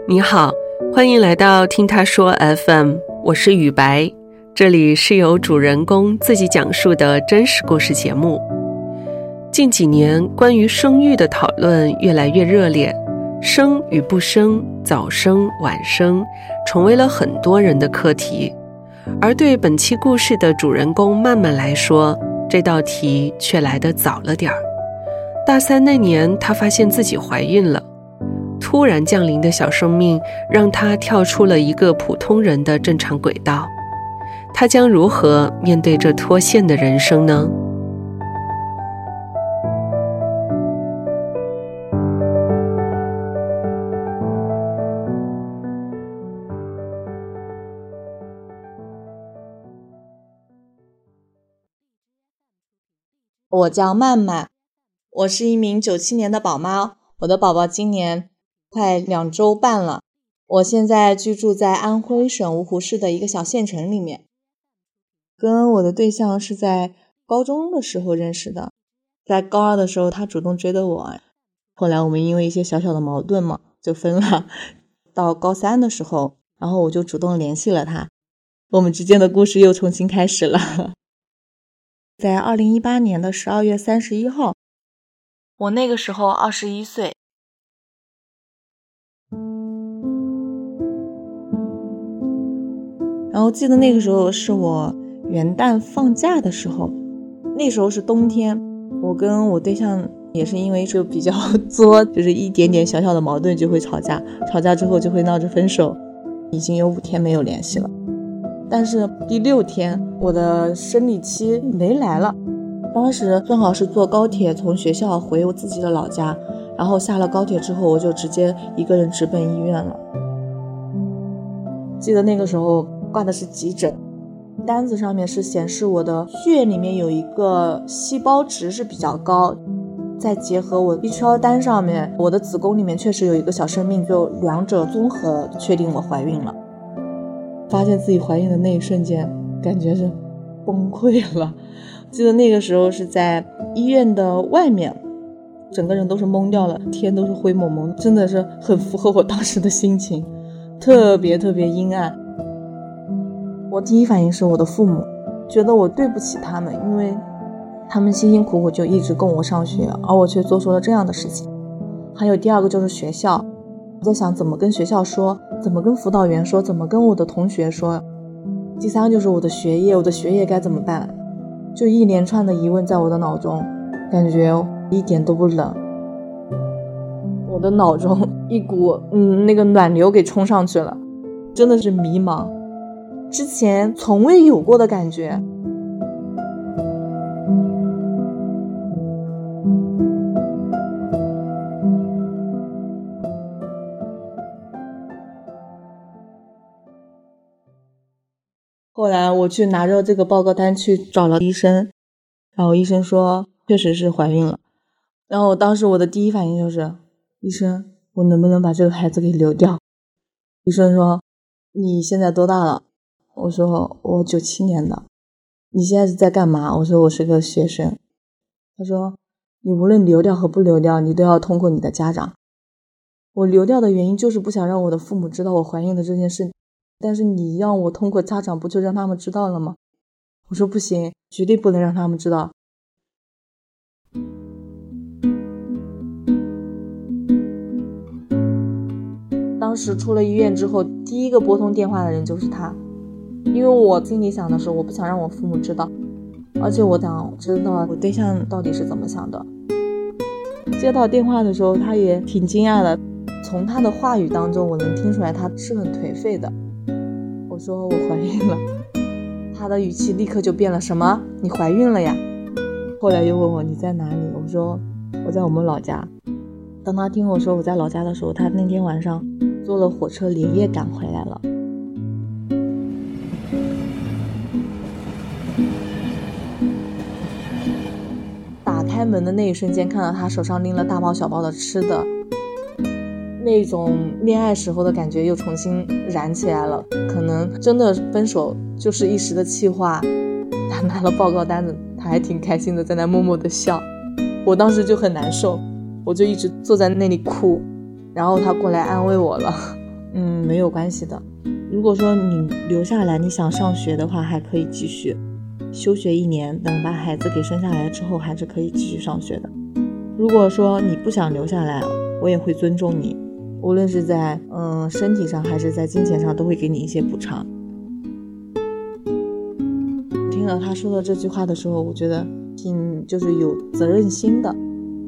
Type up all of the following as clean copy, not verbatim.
你好，欢迎来到听他说 FM， 我是雨白，这里是由主人公自己讲述的真实故事节目。近几年关于生育的讨论越来越热烈，生与不生，早生晚生，成为了很多人的课题。而对本期故事的主人公曼曼来说，这道题却来得早了点儿。大三那年，她发现自己怀孕了。突然降临的小生命让她跳出了一个普通人的正常轨道，她将如何面对这脱线的人生呢？ 我叫曼曼，我是一名97年的宝妈，我的宝宝今年快2周半了。我现在居住在安徽省芜湖市的一个小县城里面。跟我的对象是在高中的时候认识的，在高2的时候他主动追的我，后来我们因为一些小小的矛盾嘛就分了。到高3的时候，然后我就主动联系了他，我们之间的故事又重新开始了。在2018年的12月31号，我那个时候21岁。然后记得那个时候是我元旦放假的时候，那时候是冬天，我跟我对象也是因为就比较作，就是一点点小小的矛盾就会吵架，吵架之后就会闹着分手，已经有5天没有联系了。但是第6天我的生理期没来了，当时正好是坐高铁从学校回我自己的老家，然后下了高铁之后我就直接一个人直奔医院了。记得那个时候挂的是急诊，单子上面是显示我的血液里面有一个细胞值是比较高，再结合我 B 超单上面我的子宫里面确实有一个小生命，就2者综合确定我怀孕了。发现自己怀孕的那一瞬间感觉是崩溃了。记得那个时候是在医院的外面，整个人都是懵掉了，天都是灰蒙蒙，真的是很符合我当时的心情，特别阴暗。我第一反应是我的父母，觉得我对不起他们，因为他们辛辛苦苦就一直供我上学，而我却做出了这样的事情。还有第二个就是学校，我在想怎么跟学校说，怎么跟辅导员说，怎么跟我的同学说。第三就是我的学业该怎么办，就一连串的疑问在我的脑中，感觉一点都不冷。我的脑中一股那个暖流给冲上去了，真的是迷茫，之前从未有过的感觉。后来我去拿着这个报告单去找了医生，然后医生说确实是怀孕了。然后当时我的第一反应就是，医生，我能不能把这个孩子给流掉？医生说你现在多大了？我说我97年的。你现在是在干嘛？我说我是个学生。他说你无论流掉和不流掉，你都要通过你的家长。我流掉的原因就是不想让我的父母知道我怀孕的这件事，但是你让我通过家长，不就让他们知道了吗？我说不行，绝对不能让他们知道。当时出了医院之后，第一个拨通电话的人就是他，因为我心里想的是我不想让我父母知道，而且我想知道我对象到底是怎么想的。接到电话的时候他也挺惊讶的，从他的话语当中我能听出来他是很颓废的。我说我怀孕了，他的语气立刻就变了，什么？你怀孕了呀？后来又问我你在哪里？我说我在我们老家。当他听我说我在老家的时候，他那天晚上坐了火车连夜赶回来了。打开门的那一瞬间，看到他手上拎了大包小包的吃的，那种恋爱时候的感觉又重新燃起来了。可能真的分手就是一时的气话。他拿了报告单子，他还挺开心的，在那默默的笑。我当时就很难受，我就一直坐在那里哭，然后他过来安慰我了。 没有关系的。如果说你留下来，你想上学的话，还可以继续休学1年，等把孩子给生下来之后，还是可以继续上学的。如果说你不想留下来，我也会尊重你，无论是在身体上还是在金钱上，都会给你一些补偿。听到他说的这句话的时候，我觉得就是有责任心的。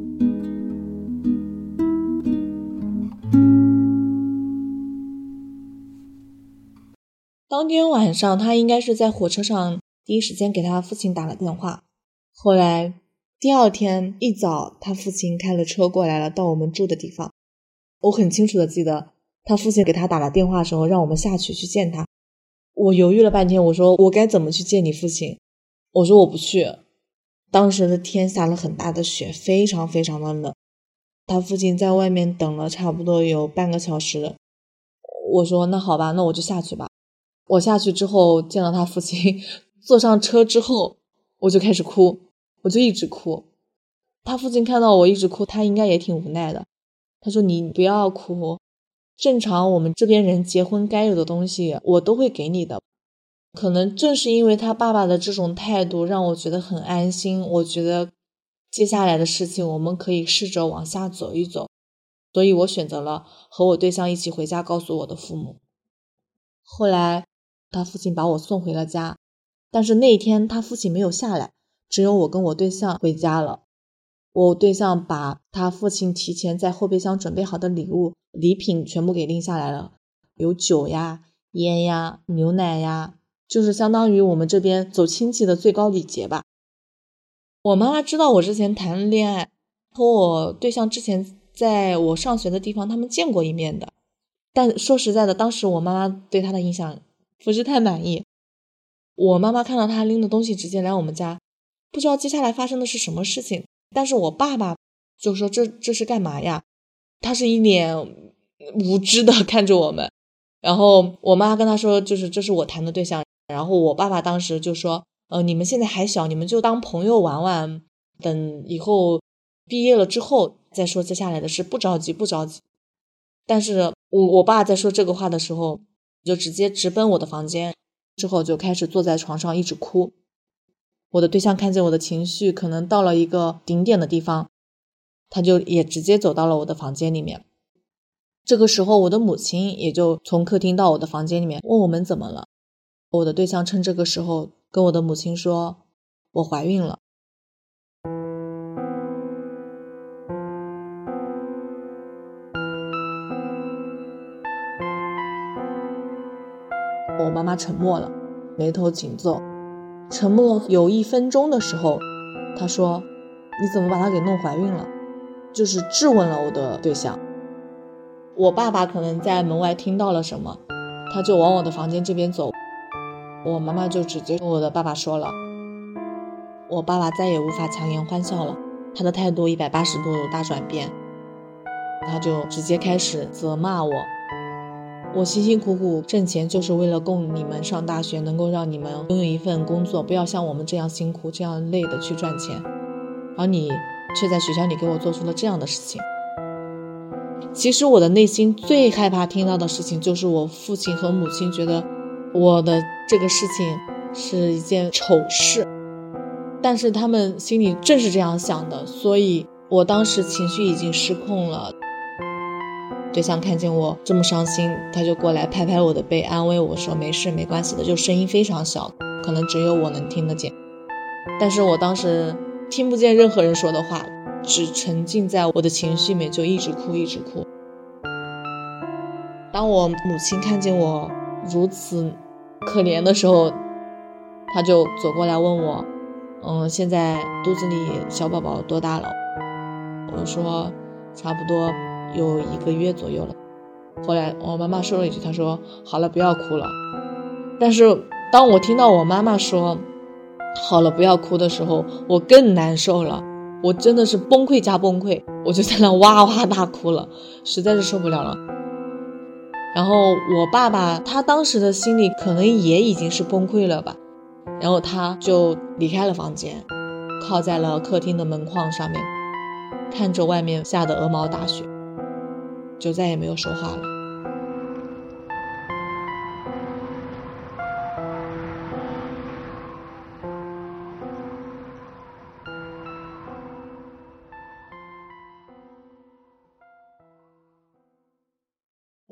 当天晚上，他应该是在火车上第一时间给他父亲打了电话。后来第二天一早，他父亲开了车过来了，到我们住的地方。我很清楚的记得，他父亲给他打了电话的时候，让我们下去见他。我犹豫了半天，我说我该怎么去见你父亲？我说我不去。当时的天下了很大的雪，非常非常的冷。他父亲在外面等了差不多有半个小时。我说那好吧，那我就下去吧。我下去之后见到他父亲，坐上车之后我就开始哭，我就一直哭。他父亲看到我一直哭，他应该也挺无奈的。他说你不要哭，正常我们这边人结婚该有的东西我都会给你的。可能正是因为他爸爸的这种态度，让我觉得很安心。我觉得接下来的事情我们可以试着往下走一走，所以我选择了和我对象一起回家告诉我的父母。后来他父亲把我送回了家，但是那一天他父亲没有下来，只有我跟我对象回家了。我对象把他父亲提前在后备箱准备好的礼品全部给拎下来了，有酒呀、烟呀、牛奶呀，就是相当于我们这边走亲戚的最高礼节吧。我妈妈知道我之前谈恋爱，和我对象之前在我上学的地方他们见过一面的，但说实在的，当时我妈妈对他的印象不是太满意。我妈妈看到他拎的东西直接来我们家，不知道接下来发生的是什么事情。但是我爸爸就说这是干嘛呀？他是一脸无知的看着我们。然后我妈跟他说，就是这是我谈的对象。然后我爸爸当时就说你们现在还小，你们就当朋友玩玩，等以后毕业了之后再说接下来的事，不着急。但是我爸在说这个话的时候，就直接直奔我的房间，之后就开始坐在床上一直哭。我的对象看见我的情绪可能到了一个顶点的地方，他就也直接走到了我的房间里面。这个时候我的母亲也就从客厅到我的房间里面问我们怎么了。我的对象趁这个时候跟我的母亲说，我怀孕了。我妈妈沉默了，眉头紧皱，沉默有1分钟的时候，她说你怎么把她给弄怀孕了？就是质问了我的对象。我爸爸可能在门外听到了什么，他就往我的房间这边走。我妈妈就直接跟我的爸爸说了，我爸爸再也无法强颜欢笑了，他的态度180度大转变，他就直接开始责骂我。我辛辛苦苦挣钱就是为了供你们上大学，能够让你们拥有一份工作，不要像我们这样辛苦这样累的去赚钱，而你却在学校里给我做出了这样的事情。其实我的内心最害怕听到的事情，就是我父亲和母亲觉得我的这个事情是一件丑事，但是他们心里正是这样想的，所以我当时情绪已经失控了。对象看见我这么伤心，他就过来拍拍我的背，安慰我说没事没关系的，就声音非常小，可能只有我能听得见。但是我当时听不见任何人说的话，只沉浸在我的情绪里面，就一直哭。当我母亲看见我如此可怜的时候，她就走过来问我现在肚子里小宝宝多大了？我说差不多有1个月左右了。后来我妈妈说了一句，她说好了不要哭了。但是当我听到我妈妈说好了不要哭的时候，我更难受了，我真的是崩溃加崩溃，我就在那哇哇大哭了，实在是受不了了。然后我爸爸他当时的心里可能也已经是崩溃了吧，然后他就离开了房间，靠在了客厅的门框上面，看着外面下的鹅毛大雪，就再也没有说话了。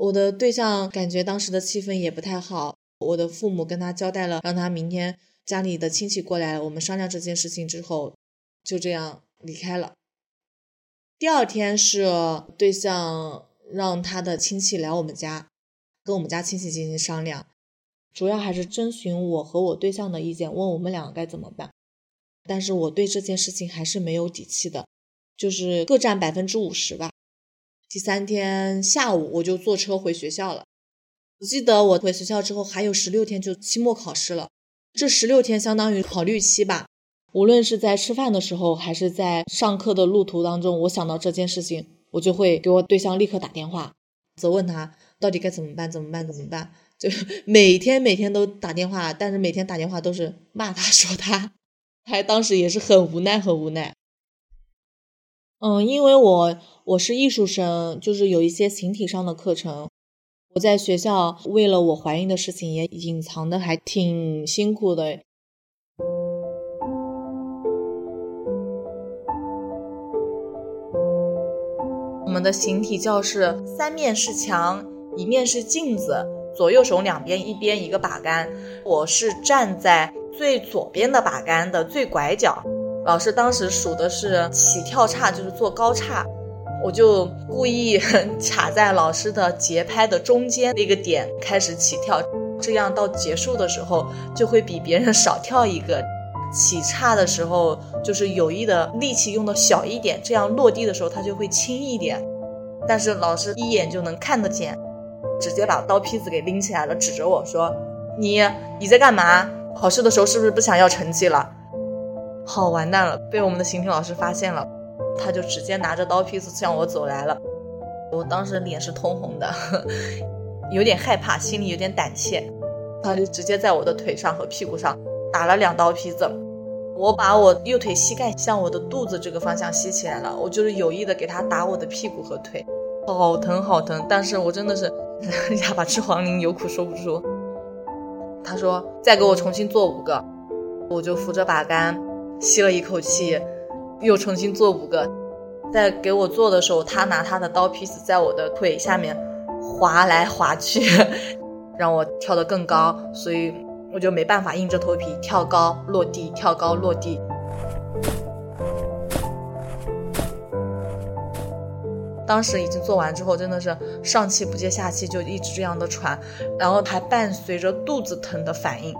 我的对象感觉当时的气氛也不太好，我的父母跟他交代了，让他明天家里的亲戚过来，我们商量这件事情之后，就这样离开了。第二天是对象让他的亲戚来我们家，跟我们家亲戚进行商量，主要还是征询我和我对象的意见，问我们两个该怎么办。但是我对这件事情还是没有底气的，就是各占50%吧。第3天下午我就坐车回学校了。我记得我回学校之后还有16天就期末考试了，这16天相当于考虑期吧。无论是在吃饭的时候还是在上课的路途当中，我想到这件事情，我就会给我对象立刻打电话，责问他到底该怎么办，就每天都打电话，但是每天打电话都是骂他说他当时也是很无奈。因为我是艺术生，就是有一些形体上的课程，我在学校为了我怀孕的事情也隐藏的还挺辛苦的。我们的形体教室3面是墙，1面是镜子，左右手两边，一边一个把杆，我是站在最左边的把杆的最拐角。老师当时数的是起跳叉，就是做高叉，我就故意卡在老师的节拍的中间那个点开始起跳，这样到结束的时候就会比别人少跳一个。起叉的时候就是有意的力气用的小一点，这样落地的时候它就会轻一点。但是老师一眼就能看得见，直接把刀坯子给拎起来了，指着我说你在干嘛？考试的时候是不是不想要成绩了？好，完蛋了，被我们的形体老师发现了，他就直接拿着刀坯子向我走来了。我当时脸是通红的，有点害怕，心里有点胆怯。他就直接在我的腿上和屁股上打了2刀坯子，我把我右腿膝盖向我的肚子这个方向吸起来了，我就是有意的给他打我的屁股和腿，好疼，但是我真的是哑巴吃黄连，有苦说不出。他说再给我重新做5个，我就扶着把杆吸了一口气，又重新做5个。在给我做的时候，他拿他的刀坯子在我的腿下面划来划去，让我跳得更高，所以我就没办法硬着头皮跳高落地，跳高落地。当时已经做完之后，真的是上气不接下气，就一直这样的喘，然后还伴随着肚子疼的反应。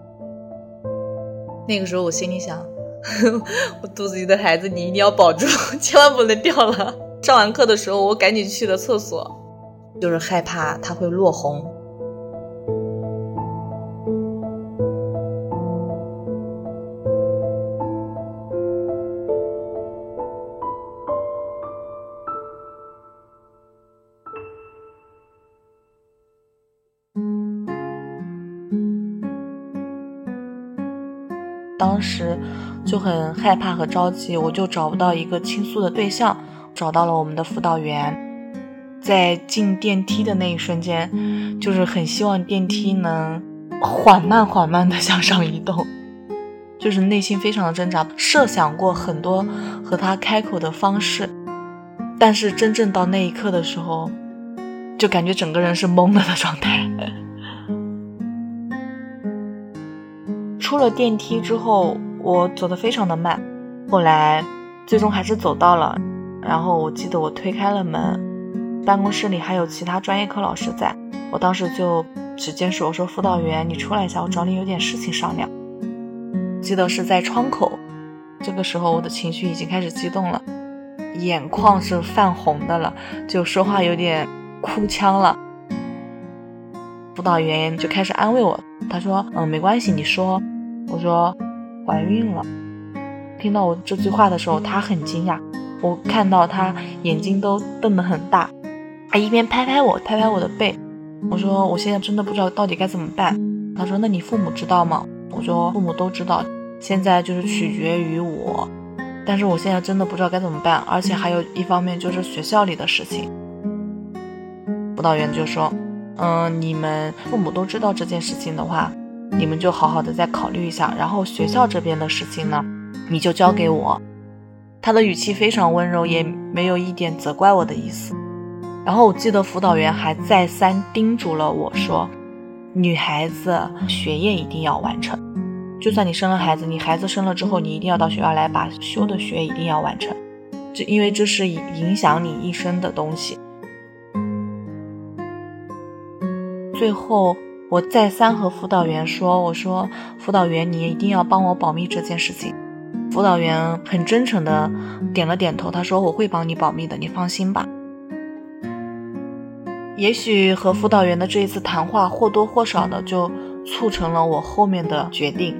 那个时候我心里想，我肚子里的孩子你一定要保住，千万不能掉了。上完课的时候我赶紧去了厕所，就是害怕它会落红。当时就很害怕和着急，我就找不到一个倾诉的对象，找到了我们的辅导员。在进电梯的那一瞬间，就是很希望电梯能缓慢的向上移动，就是内心非常的挣扎，设想过很多和他开口的方式，但是真正到那一刻的时候，就感觉整个人是懵了的状态。出了电梯之后，我走得非常的慢，后来最终还是走到了，然后我记得我推开了门，办公室里还有其他专业课老师在，我当时就指尖说，我说辅导员你出来一下，我找你有点事情商量。记得是在窗口，这个时候我的情绪已经开始激动了，眼眶是泛红的了，就说话有点哭腔了。辅导员就开始安慰我，他说没关系，你说。我说怀孕了。听到我这句话的时候，他很惊讶，我看到他眼睛都瞪得很大，他一边拍拍我的背。我说我现在真的不知道到底该怎么办。他说那你父母知道吗？我说父母都知道，现在就是取决于我，但是我现在真的不知道该怎么办，而且还有一方面就是学校里的事情。辅导员就说你们父母都知道这件事情的话，你们就好好的再考虑一下，然后学校这边的事情呢，你就交给我。他的语气非常温柔，也没有一点责怪我的意思。 然后我记得辅导员还再三叮嘱了我说，女孩子学业一定要完成，就算你生了孩子，你孩子生了之后，你一定要到学校来把修的学一定要完成，因为这是影响你一生的东西。最后我再三和辅导员说，我说辅导员你一定要帮我保密这件事情。辅导员很真诚的点了点头，他说我会帮你保密的，你放心吧。也许和辅导员的这一次谈话或多或少的就促成了我后面的决定。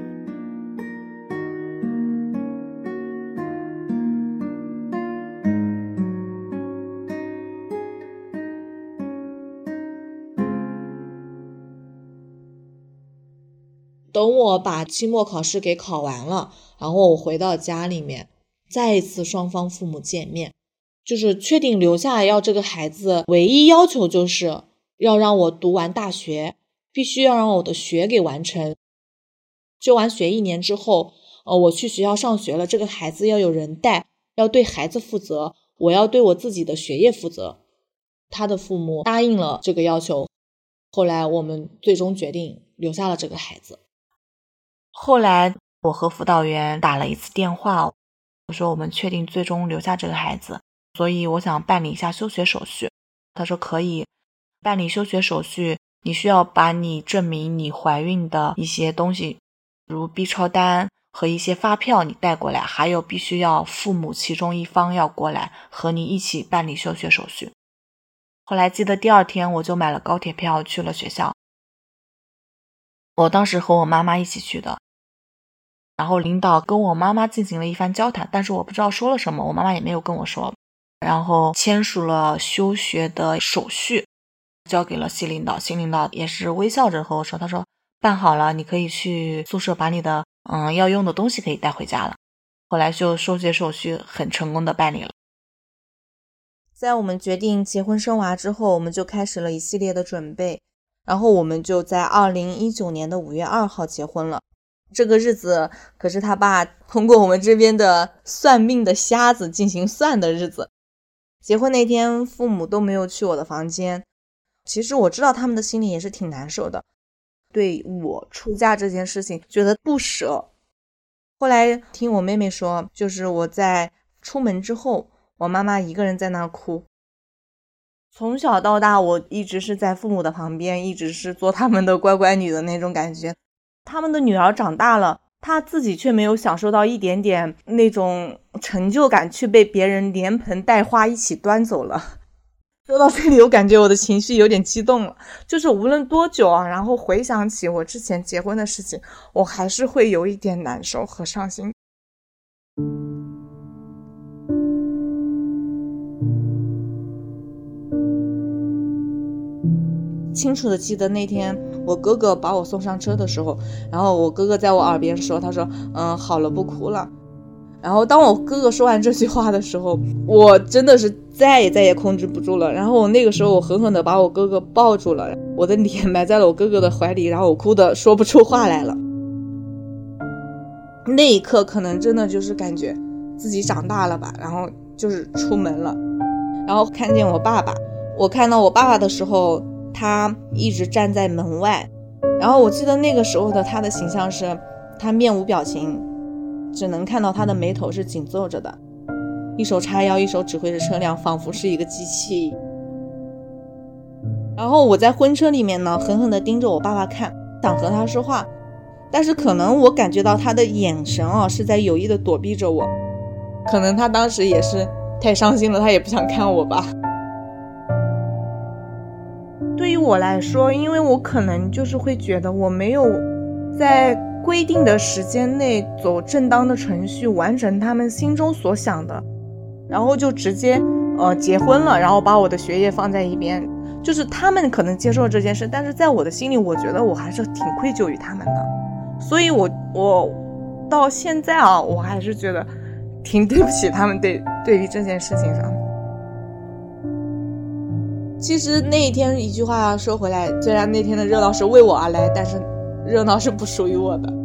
等我把期末考试给考完了，然后我回到家里面，再一次双方父母见面，就是确定留下来要这个孩子唯一要求就是要让我读完大学，必须要让我的学给完成。就完学1年之后，我去学校上学了，这个孩子要有人带，要对孩子负责，我要对我自己的学业负责。他的父母答应了这个要求，后来我们最终决定留下了这个孩子。后来我和辅导员打了一次电话，我说我们确定最终留下这个孩子，所以我想办理一下休学手续。他说可以。办理休学手续，你需要把你证明你怀孕的一些东西，如 B 超单和一些发票你带过来，还有必须要父母其中一方要过来和你一起办理休学手续。后来记得第2天我就买了高铁票去了学校，我当时和我妈妈一起去的，然后领导跟我妈妈进行了一番交谈，但是我不知道说了什么，我妈妈也没有跟我说，然后签署了休学的手续，交给了系领导。系领导也是微笑着和我说，他说办好了，你可以去宿舍把你的要用的东西可以带回家了。后来就休学手续很成功的办理了。在我们决定结婚生娃之后，我们就开始了一系列的准备，然后我们就在2019年的5月2号结婚了。这个日子可是他爸通过我们这边的算命的瞎子进行算的日子。结婚那天父母都没有去我的房间，其实我知道他们的心里也是挺难受的，对我出嫁这件事情觉得不舍。后来听我妹妹说，就是我在出门之后，我妈妈一个人在那哭。从小到大我一直是在父母的旁边，一直是做他们的乖乖女的那种感觉。他们的女儿长大了，她自己却没有享受到一点点那种成就感，去被别人连盆带花一起端走了。说到这里我感觉我的情绪有点激动了，就是无论多久啊，然后回想起我之前结婚的事情，我还是会有一点难受和伤心。清楚的记得那天我哥哥把我送上车的时候，然后我哥哥在我耳边说，他说好了，不哭了。然后当我哥哥说完这句话的时候，我真的是再也控制不住了。然后我那个时候我狠狠的把我哥哥抱住了，我的脸埋在了我哥哥的怀里，然后我哭的说不出话来了。那一刻可能真的就是感觉自己长大了吧，然后就是出门了，然后看见我爸爸。我看到我爸爸的时候，他一直站在门外，然后我记得那个时候的他的形象是他面无表情，只能看到他的眉头是紧皱着的，一手叉腰，一手指挥着车辆，仿佛是一个机器。然后我在婚车里面呢，狠狠地盯着我爸爸看，想和他说话，但是可能我感觉到他的眼神是在有意的躲避着我，可能他当时也是太伤心了，他也不想看我吧。对于我来说，因为我可能就是会觉得我没有在规定的时间内走正当的程序，完成他们心中所想的，然后就直接结婚了，然后把我的学业放在一边。就是他们可能接受这件事，但是在我的心里，我觉得我还是挺愧疚于他们的。所以我到现在我还是觉得挺对不起他们对于这件事情上。其实那一天一句话说回来，虽然那天的热闹是为我而来，但是热闹是不属于我的。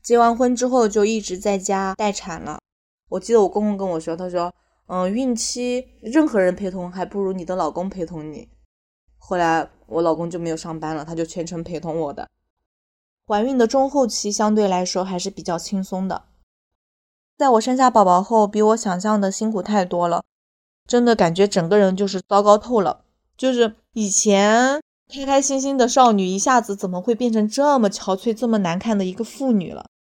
结完婚之后就一直在家待产了。我记得我公公跟我说，他说孕期任何人陪同还不如你的老公陪同你。后来我老公就没有上班了，他就全程陪同我的。怀孕的中后期相对来说还是比较轻松的。在我生下宝宝后，比我想象的辛苦太多了，真的感觉整个人就是糟糕透了。就是以前开开心心的少女，一下子怎么会变成这么憔悴这么难看的一个妇女了。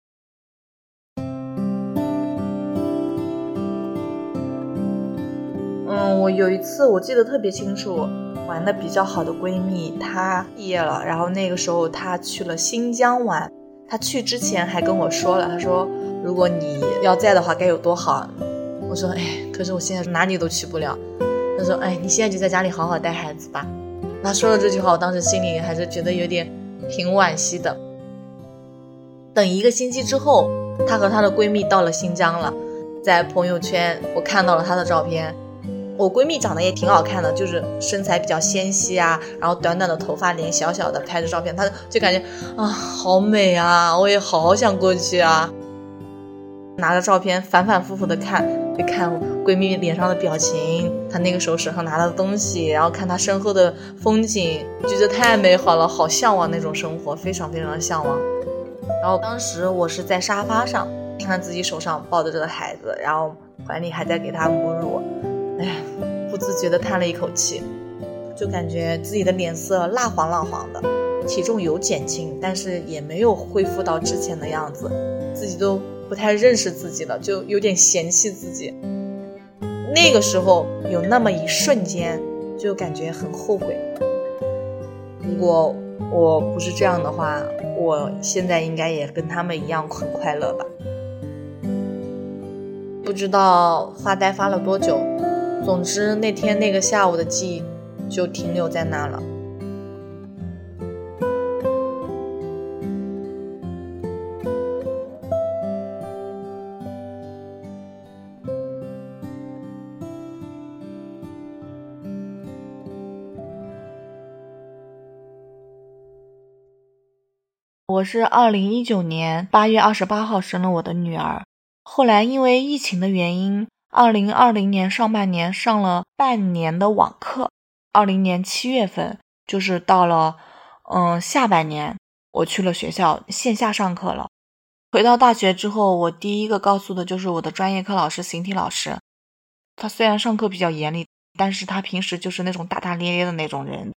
我有一次我记得特别清楚，玩的比较好的闺蜜她毕业了，然后那个时候她去了新疆玩。她去之前还跟我说了，她说如果你要在的话该有多好。我说可是我现在哪里都去不了。她说你现在就在家里好好带孩子吧。她说了这句话，我当时心里还是觉得有点挺惋惜的。等1个星期之后，她和她的闺蜜到了新疆了，在朋友圈我看到了她的照片。我闺蜜长得也挺好看的，就是身材比较纤细啊，然后短短的头发，脸小小的，拍着照片她就感觉好美啊，我也好想过去啊。拿着照片反反复复的看，就看闺蜜脸上的表情，她那个时候手上拿的东西，然后看她身后的风景，觉得太美好了，好向往那种生活，非常非常的向往。然后当时我是在沙发上看自己手上抱着这个孩子，然后怀里还在给她母乳，不自觉地叹了一口气，就感觉自己的脸色蜡黄蜡黄的，体重有减轻，但是也没有恢复到之前的样子，自己都不太认识自己了，就有点嫌弃自己。那个时候有那么一瞬间就感觉很后悔，如果我不是这样的话，我现在应该也跟他们一样很快乐吧。不知道发呆发了多久，总之那天那个下午的记忆就停留在那了。我是2019年8月28号生了我的女儿，后来因为疫情的原因，2020年上半年上了半年的网课，20年7月份就是到了下半年我去了学校线下上课了。回到大学之后，我第一个告诉的就是我的专业课老师形体老师，他虽然上课比较严厉，但是他平时就是那种大大咧咧的那种人。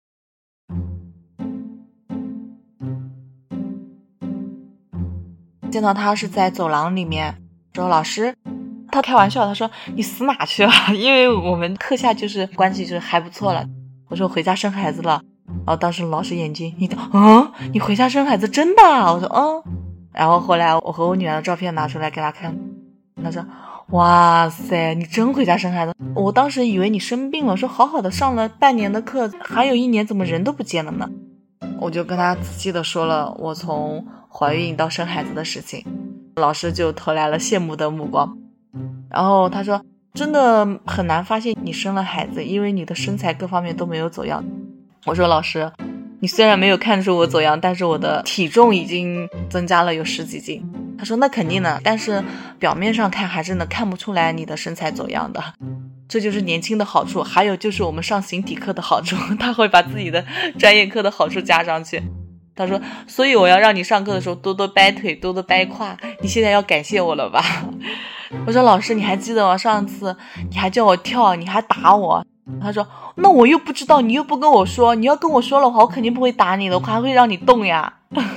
见到他是在走廊里面，说老师，他开玩笑，他说你死哪去了？因为我们课下就是关系就是还不错了。我说回家生孩子了，然后当时老师眼睛你回家生孩子真的啊？我说然后后来我和我女儿的照片拿出来给他看，他说哇塞，你真回家生孩子？我当时以为你生病了，说好好的上了半年的课，还有1年怎么人都不见了呢？我就跟他仔细的说了我从怀孕到生孩子的事情，老师就投来了羡慕的目光。然后他说真的很难发现你生了孩子，因为你的身材各方面都没有走样。我说老师，你虽然没有看出我走样，但是我的体重已经增加了有10几斤。他说那肯定的，但是表面上看还是能看不出来你的身材走样的，这就是年轻的好处，还有就是我们上形体课的好处，他会把自己的专业课的好处加上去。他说所以我要让你上课的时候多多掰腿，多多掰胯，你现在要感谢我了吧？我说老师，你还记得我上次你还叫我跳，你还打我。他说那我又不知道，你又不跟我说，你要跟我说了话我肯定不会打你的，我还会让你动呀。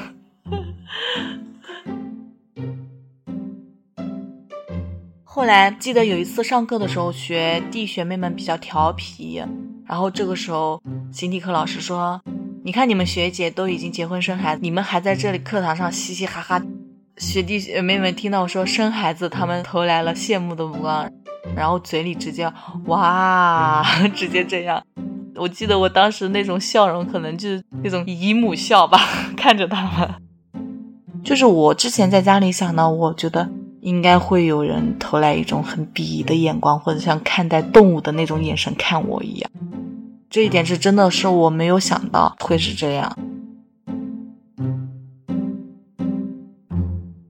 后来记得有一次上课的时候，学弟学妹们比较调皮，然后这个时候形体课老师说，你看你们学姐都已经结婚生孩子，你们还在这里课堂上嘻嘻哈哈。学弟学妹们听到我说生孩子，他们投来了羡慕的目光，然后嘴里直接哇，直接这样。我记得我当时那种笑容可能就是那种姨母笑吧，看着他们。就是我之前在家里想到，我觉得应该会有人投来一种很鄙夷的眼光，或者像看待动物的那种眼神看我一样。这一点是真的是我没有想到会是这样。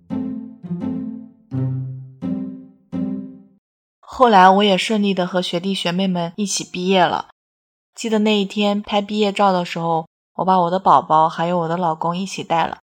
后来我也顺利的和学弟学妹们一起毕业了。记得那一天拍毕业照的时候，我把我的宝宝还有我的老公一起带了。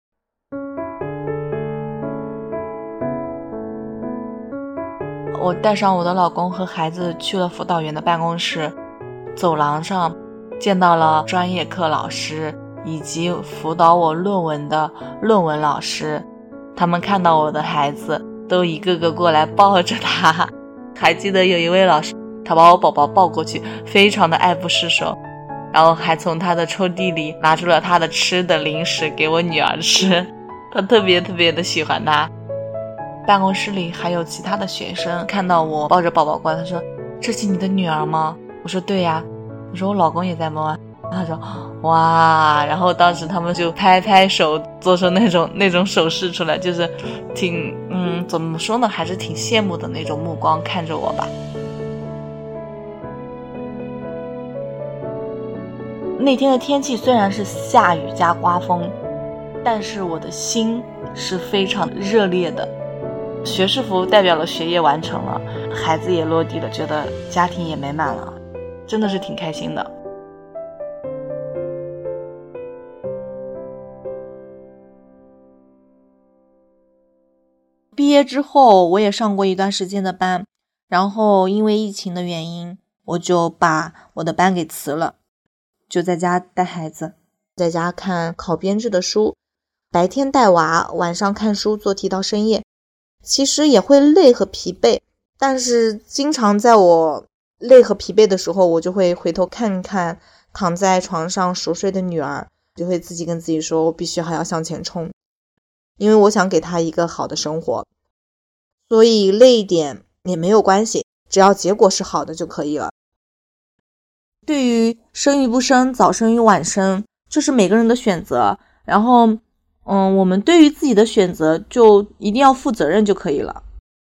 我带上我的老公和孩子去了辅导员的办公室，走廊上见到了专业课老师以及辅导我论文的论文老师，他们看到我的孩子都一个个过来抱着他。还记得有一位老师，他把我宝宝抱过去，非常的爱不释手，然后还从他的抽屉里拿出了他的吃的零食给我女儿吃，他特别的喜欢他。办公室里还有其他的学生看到我抱着宝宝过来，他说这是你的女儿吗？我说对呀。我说我老公也在摸啊。他说哇，然后当时他们就拍拍手，做出那种手势出来，就是挺怎么说呢，还是挺羡慕的那种目光看着我吧。那天的天气虽然是下雨加刮风，但是我的心是非常热烈的。学士服代表了学业完成了，孩子也落地了，觉得家庭也美满了，真的是挺开心的。毕业之后我也上过一段时间的班，然后因为疫情的原因，我就把我的班给辞了，就在家带孩子，在家看考编制的书，白天带娃，晚上看书做题到深夜。其实也会累和疲惫，但是经常在我累和疲惫的时候，我就会回头看看躺在床上熟睡的女儿，就会自己跟自己说，我必须还要向前冲，因为我想给她一个好的生活。所以累一点也没有关系，只要结果是好的就可以了。对于生与不生，早生与晚生，这是每个人的选择，然后我们对于自己的选择就一定要负责任就可以了。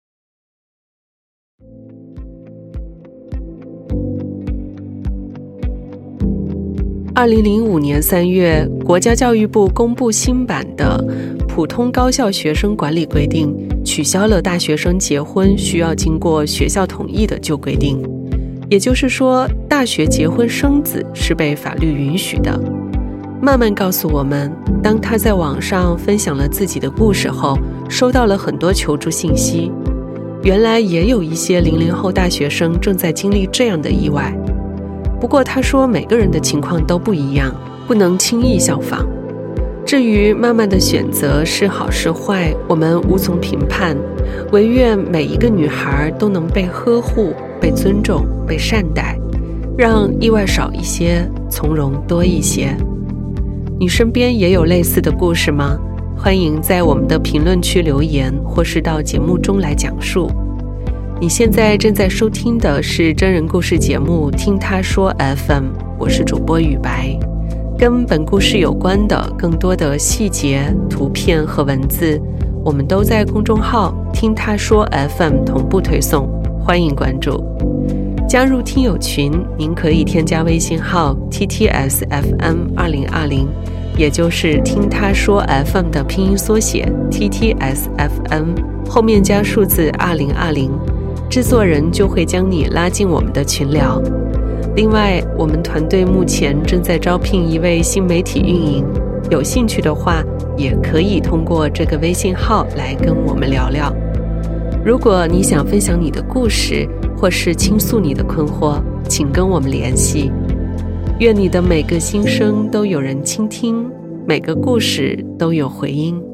2005年3月，国家教育部公布新版的普通高校学生管理规定，取消了大学生结婚需要经过学校同意的旧规定。也就是说，大学结婚生子是被法律允许的。慢慢告诉我们，当他在网上分享了自己的故事后，收到了很多求助信息。原来也有一些00后大学生正在经历这样的意外。不过他说每个人的情况都不一样，不能轻易效仿。至于慢慢的选择是好是坏，我们无从评判，唯愿每一个女孩都能被呵护、被尊重、被善待，让意外少一些，从容多一些。你身边也有类似的故事吗？欢迎在我们的评论区留言，或是到节目中来讲述。你现在正在收听的是真人故事节目《听他说 FM》，我是主播雨白。跟本故事有关的更多的细节、图片和文字，我们都在公众号“听他说 FM” 同步推送，欢迎关注。加入听友群，您可以添加微信号 TTSFM2020， 也就是听他说 FM 的拼音缩写 TTSFM， 后面加数字2020，制作人就会将你拉进我们的群聊。另外，我们团队目前正在招聘一位新媒体运营，有兴趣的话，也可以通过这个微信号来跟我们聊聊。如果你想分享你的故事，或是倾诉你的困惑，请跟我们联系。愿你的每个心声都有人倾听，每个故事都有回音。